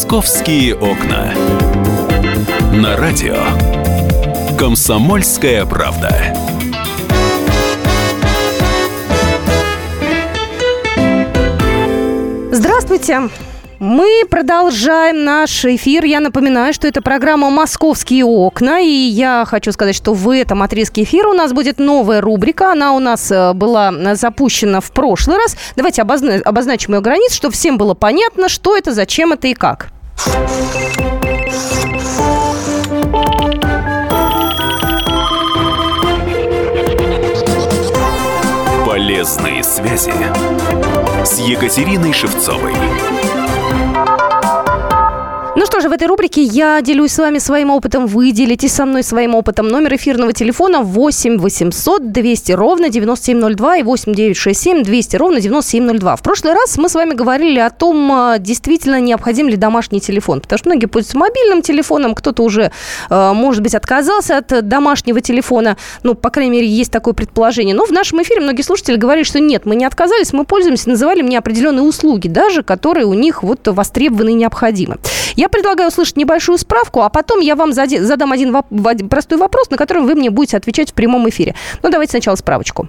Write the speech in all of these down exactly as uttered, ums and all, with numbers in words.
«Московские окна». На радио «Комсомольская правда». Здравствуйте! Мы продолжаем наш эфир. Я напоминаю, что это программа «Московские окна». И я хочу сказать, что в этом отрезке эфира у нас будет новая рубрика. Она у нас была запущена в прошлый раз. Давайте обозна- обозначим ее границы, чтобы всем было понятно, что это, зачем это и как. Полезные связи с Екатериной Шевцовой. Ну что же, в этой рубрике я делюсь с вами своим опытом, вы делитесь со мной своим опытом. Номер эфирного телефона восемь восемьсот двести ровно девяносто семь ноль два и восемь девятьсот шестьдесят семь двести ровно девяносто семь ноль два. В прошлый раз мы с вами говорили о том, действительно необходим ли домашний телефон, потому что многие пользуются мобильным телефоном, кто-то уже, может быть, отказался от домашнего телефона, ну, по крайней мере, есть такое предположение. Но в нашем эфире многие слушатели говорили, что нет, мы не отказались, мы пользуемся, называли мне определенные услуги, даже которые у них вот востребованы и необходимы. Я предлагаю услышать небольшую справку, а потом я вам задам один воп- простой вопрос, на который вы мне будете отвечать в прямом эфире. Ну, давайте сначала справочку.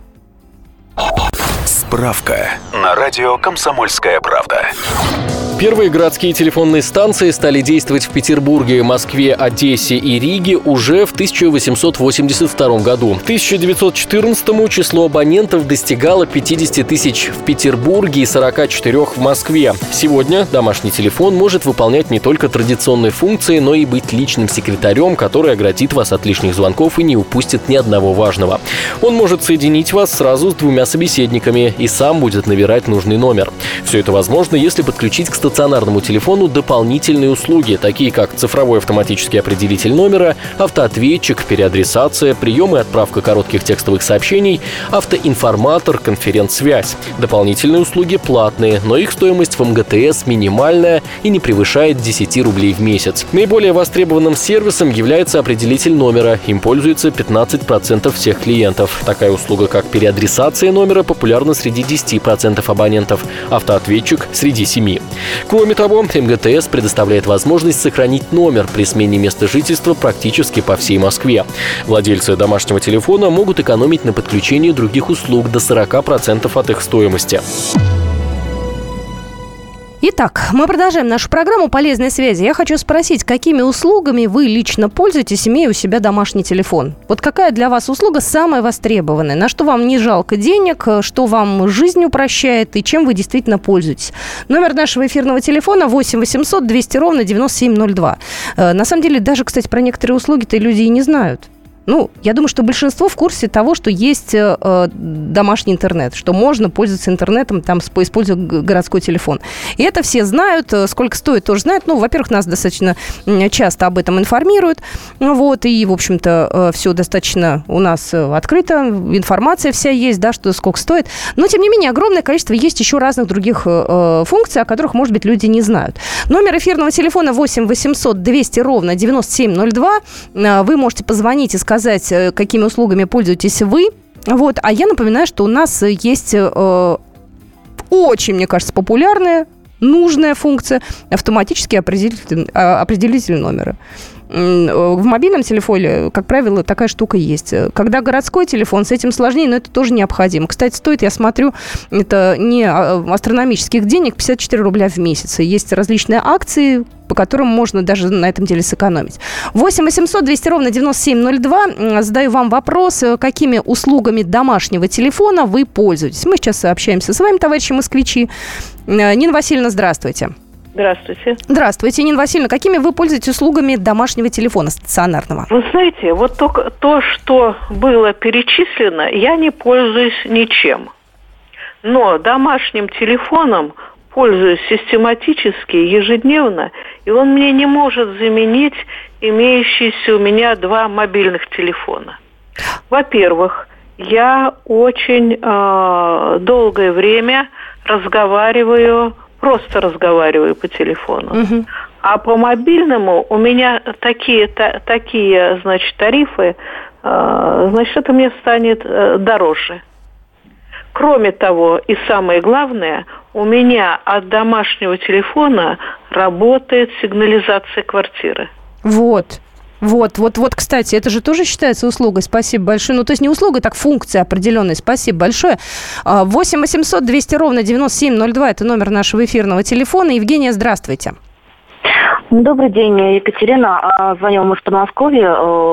Справка на радио «Комсомольская правда». Первые городские телефонные станции стали действовать в Петербурге, Москве, Одессе и Риге уже в тысяча восемьсот восемьдесят втором году. К тысяча девятьсот четырнадцатому число абонентов достигало пятьдесят тысяч в Петербурге и сорок четыре в Москве. Сегодня домашний телефон может выполнять не только традиционные функции, но и быть личным секретарем, который оградит вас от лишних звонков и не упустит ни одного важного. Он может соединить вас сразу с двумя собеседниками и сам будет набирать нужный номер. Все это возможно, если подключить к стационарному телефону дополнительные услуги, такие как цифровой автоматический определитель номера, автоответчик, переадресация, прием и отправка коротких текстовых сообщений, автоинформатор, конференц-связь. Дополнительные услуги платные, но их стоимость в эм гэ тэ эс минимальная и не превышает десять рублей в месяц. Наиболее востребованным сервисом является определитель номера. Им пользуется пятнадцать процентов всех клиентов. Такая услуга, как переадресация номера, популярна среди десять процентов абонентов, автоответчик — среди семи процентов. Кроме того, эм гэ тэ эс предоставляет возможность сохранить номер при смене места жительства практически по всей Москве. Владельцы домашнего телефона могут экономить на подключении других услуг до сорок процентов от их стоимости. Итак, мы продолжаем нашу программу «Полезные связи». Я хочу спросить, какими услугами вы лично пользуетесь, имея у себя домашний телефон? Вот какая для вас услуга самая востребованная? На что вам не жалко денег, что вам жизнь упрощает и чем вы действительно пользуетесь? Номер нашего эфирного телефона восемь восемьсот двести ровно девяносто семь ноль два. На самом деле, даже, кстати, про некоторые услуги-то люди и не знают. Ну, я думаю, что большинство в курсе того, что есть э, домашний интернет, что можно пользоваться интернетом, там, используя городской телефон. И это все знают, сколько стоит, тоже знают. Ну, во-первых, нас достаточно часто об этом информируют. Вот, и, в общем-то, э, все достаточно у нас открыто, информация вся есть, да, что сколько стоит. Но, тем не менее, огромное количество есть еще разных других э, функций, о которых, может быть, люди не знают. Номер эфирного телефона восемь восемьсот двести ровно девяносто семь ноль два. Э, вы можете позвонить и сказать, сказать, какими услугами пользуетесь вы. Вот. А я напоминаю, что у нас есть э, очень, мне кажется, популярная, нужная функция — автоматический определитель, определитель номера. В мобильном телефоне, как правило, такая штука есть. Когда городской телефон, с этим сложнее, но это тоже необходимо. Кстати, стоит, я смотрю, это не астрономических денег, пятьдесят четыре рубля в месяц. Есть различные акции, по которым можно даже на этом деле сэкономить. восемь восемьсот двести ровно девяносто семь ноль два. Задаю вам вопрос, какими услугами домашнего телефона вы пользуетесь. Мы сейчас общаемся с вами, товарищи москвичи. Нина Васильевна, здравствуйте. Здравствуйте. Здравствуйте, Нина Васильевна. Какими вы пользуетесь услугами домашнего телефона стационарного? Вы знаете, вот только то, что было перечислено, я не пользуюсь ничем. Но домашним телефоном пользуюсь систематически, ежедневно, и он мне не может заменить имеющиеся у меня два мобильных телефона. Во-первых, я очень э, долгое время разговариваю, просто разговариваю по телефону. Угу. А по мобильному у меня такие, та, такие значит, тарифы, э, значит, это мне станет э, дороже. Кроме того, и самое главное, у меня от домашнего телефона работает сигнализация квартиры. Вот. Вот, вот, вот, кстати, это же тоже считается услугой. Спасибо большое. Ну, то есть не услуга, так функция определенная. Спасибо большое. восемь восемьсот двести ровно девяносто семь ноль два – это номер нашего эфирного телефона. Евгения, здравствуйте. Добрый день, Екатерина. Звоню из Подмосковья.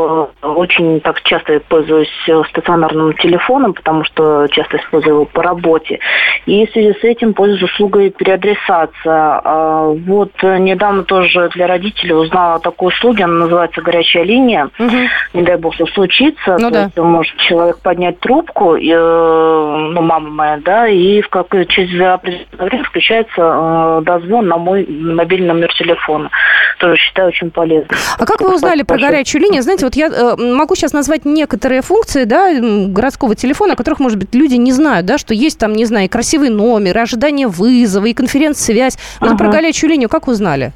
Очень так часто пользуюсь стационарным телефоном, потому что часто использую его по работе. И в связи с этим пользуюсь услугой переадресация. Вот недавно тоже для родителей узнала о такой услуге. Она называется «Горячая линия». Угу. Не дай бог, что случится. Ну, то да. есть может человек поднять трубку, и, ну, мама моя, да, и в как, через определенное время включается дозвон на мой мобильный номер телефона. Тоже считаю очень полезно. А как вы узнали про горячую линию? Знаете, вот я э, могу сейчас назвать некоторые функции, да, городского телефона, о которых, может быть, люди не знают, да, что есть там, не знаю, и красивый номер, и ожидание вызова, и конференц-связь. Вот uh-huh. про горячую линию как узнали?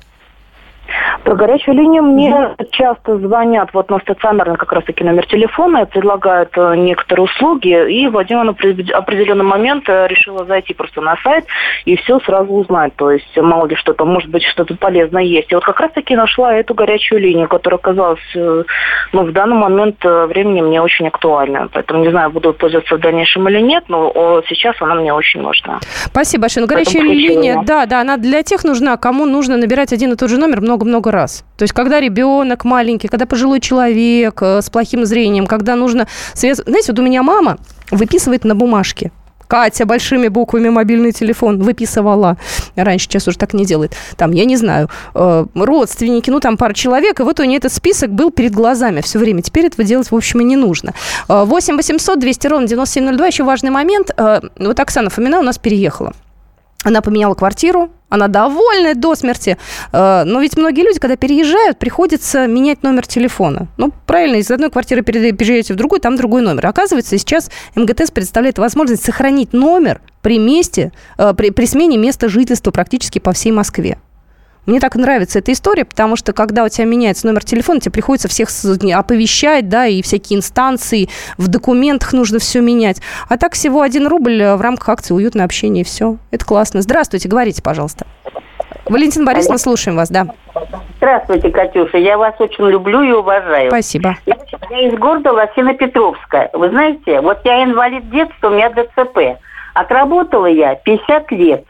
Про горячую линию мне mm-hmm. часто звонят вот на стационарный как раз-таки номер телефона, предлагают некоторые услуги, и в один определенный момент решила зайти просто на сайт и все сразу узнать. То есть, мало ли что-то, может быть, что-то полезное есть. И вот как раз-таки нашла эту горячую линию, которая оказалась, ну, в данный момент времени мне очень актуальна. Поэтому не знаю, буду пользоваться в дальнейшем или нет, но сейчас она мне очень нужна. Спасибо большое. Ну, горячая линия, да, да, она для тех нужна, кому нужно набирать один и тот же номер много-много раз. То есть, когда ребенок маленький, когда пожилой человек э, с плохим зрением, когда нужно связь... Знаете, вот у меня мама выписывает на бумажке. Катя большими буквами мобильный телефон выписывала. Раньше, сейчас уже так не делает. Там, я не знаю, э, родственники, ну, там пара человек, и вот у нее этот список был перед глазами все время. Теперь этого делать, в общем, и не нужно. восемь восемьсот двести ровно девяносто семь ноль два. Еще важный момент. Э, вот Оксана Фомина у нас переехала. Она поменяла квартиру, она довольна до смерти. Но ведь многие люди, когда переезжают, приходится менять номер телефона. Ну, правильно, из одной квартиры переезжаете в другую, там другой номер. Оказывается, сейчас МГТС представляет возможность сохранить номер при месте, при, при смене места жительства практически по всей Москве. Мне так нравится эта история, потому что, когда у тебя меняется номер телефона, тебе приходится всех оповещать, да, и всякие инстанции, в документах нужно все менять. А так всего один рубль в рамках акции «Уютное общение», и все. Это классно. Здравствуйте, говорите, пожалуйста. Валентина Борисовна, слушаем вас, да. Здравствуйте, Катюша. Я вас очень люблю и уважаю. Спасибо. Я, я из города Лосино-Петровска. Вы знаете, вот я инвалид детства, у меня ДЦП. Отработала я пятьдесят лет.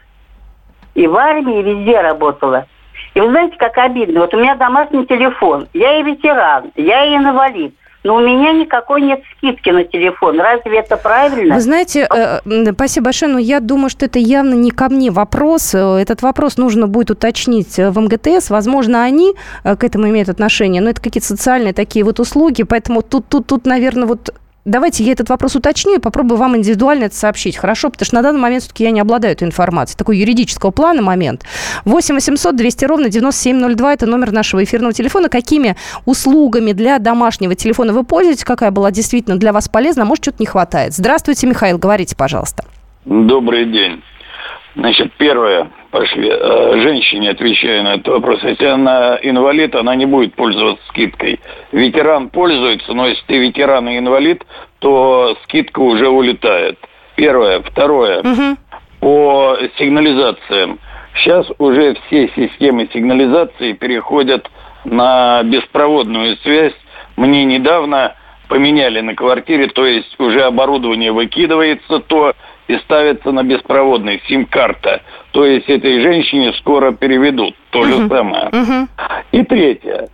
И в армии, и везде работала. И вы знаете, как обидно. Вот у меня домашний телефон. Я и ветеран, я и инвалид. Но у меня никакой нет скидки на телефон. Разве это правильно? Вы знаете, э, спасибо большое, но я думаю, что это явно не ко мне вопрос. Этот вопрос нужно будет уточнить в МГТС. Возможно, они к этому имеют отношение, но это какие-то социальные такие вот услуги. Поэтому тут, тут, тут, наверное, вот... Давайте я этот вопрос уточню и попробую вам индивидуально это сообщить. Хорошо? Потому что на данный момент все-таки я не обладаю этой информацией. Такой юридического плана момент. восемь восемьсот двести ровно девяносто семь ноль два – это номер нашего эфирного телефона. Какими услугами для домашнего телефона вы пользуетесь? Какая была действительно для вас полезна? Может, что-то не хватает? Здравствуйте, Михаил. Говорите, пожалуйста. Добрый день. Значит, первое, пошли. Женщине отвечаю на этот вопрос. Если она инвалид, она не будет пользоваться скидкой. Ветеран пользуется, но если ты ветеран и инвалид, то скидка уже улетает. Первое. Второе. Угу. По сигнализациям. Сейчас уже все системы сигнализации переходят на беспроводную связь. Мне недавно поменяли на квартире, то есть уже оборудование выкидывается, то и ставится на беспроводный, сим-карта. То есть этой женщине скоро переведут то же uh-huh. самое. Uh-huh. И третье.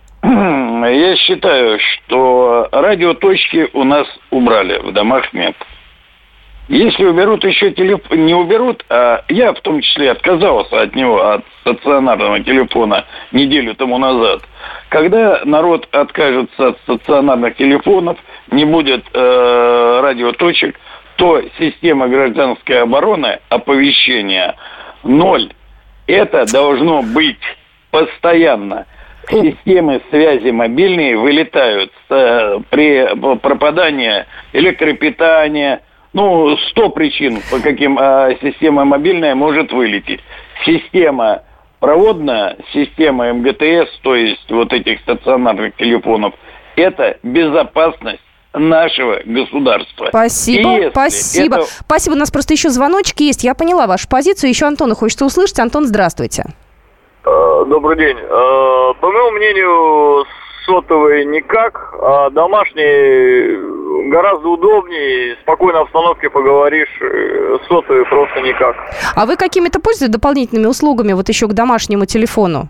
Я считаю, что радиоточки у нас убрали, в домах нет. Если уберут еще телефон, не уберут, а я в том числе отказался от него, от стационарного телефона неделю тому назад. Когда народ откажется от стационарных телефонов, не будет э, радиоточек, то система гражданской обороны, оповещения ноль. Это должно быть постоянно. Системы связи мобильные вылетают э, при пропадании электропитания. Ну, сто причин, по каким э, система мобильная может вылететь. Система проводная, система МГТС, то есть вот этих стационарных телефонов, это безопасность нашего государства. Спасибо, спасибо. Это... Спасибо, у нас просто еще звоночек есть. Я поняла вашу позицию. Еще Антона хочется услышать. Антон, здравствуйте. Добрый день. По моему мнению, сотовый никак, а домашний гораздо удобнее, в спокойной обстановке поговоришь, сотовый просто никак. А вы какими-то пользуетесь дополнительными услугами вот еще к домашнему телефону?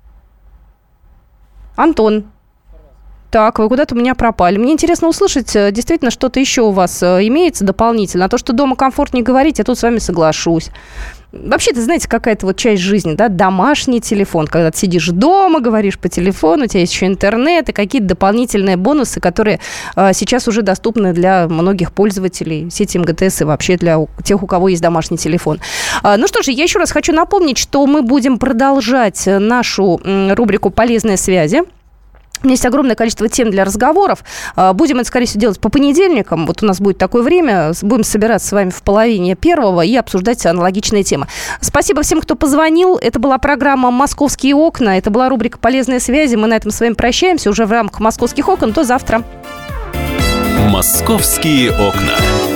Антон. Так, вы куда-то у меня пропали. Мне интересно услышать, действительно, что-то еще у вас имеется дополнительно. А то, что дома комфортнее говорить, я тут с вами соглашусь. Вообще-то, знаете, какая-то вот часть жизни, да, домашний телефон. Когда ты сидишь дома, говоришь по телефону, у тебя есть еще интернет и какие-то дополнительные бонусы, которые э, сейчас уже доступны для многих пользователей сети МГТС и вообще для тех, у кого есть домашний телефон. Э, ну что же, я еще раз хочу напомнить, что мы будем продолжать нашу м, рубрику «Полезные связи». У меня есть огромное количество тем для разговоров. Будем это, скорее всего, делать по понедельникам. Вот у нас будет такое время. Будем собираться с вами в половине первого и обсуждать аналогичные темы. Спасибо всем, кто позвонил. Это была программа «Московские окна». Это была рубрика «Полезные связи». Мы на этом с вами прощаемся уже в рамках «Московских окон». До завтра. «Московские окна».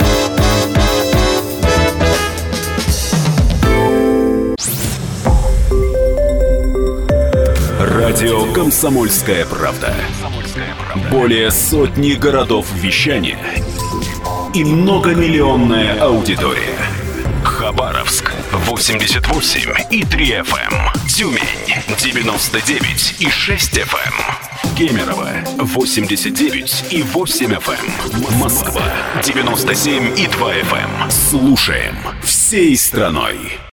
Радио «Комсомольская правда». Более сотни городов вещания и многомиллионная аудитория. Хабаровск восемьдесят восемь и три эф эм, Тюмень девяносто девять и шесть эф эм, Кемерово восемьдесят девять и восемь эф эм, Москва девяносто семь и два эф эм. Слушаем всей страной.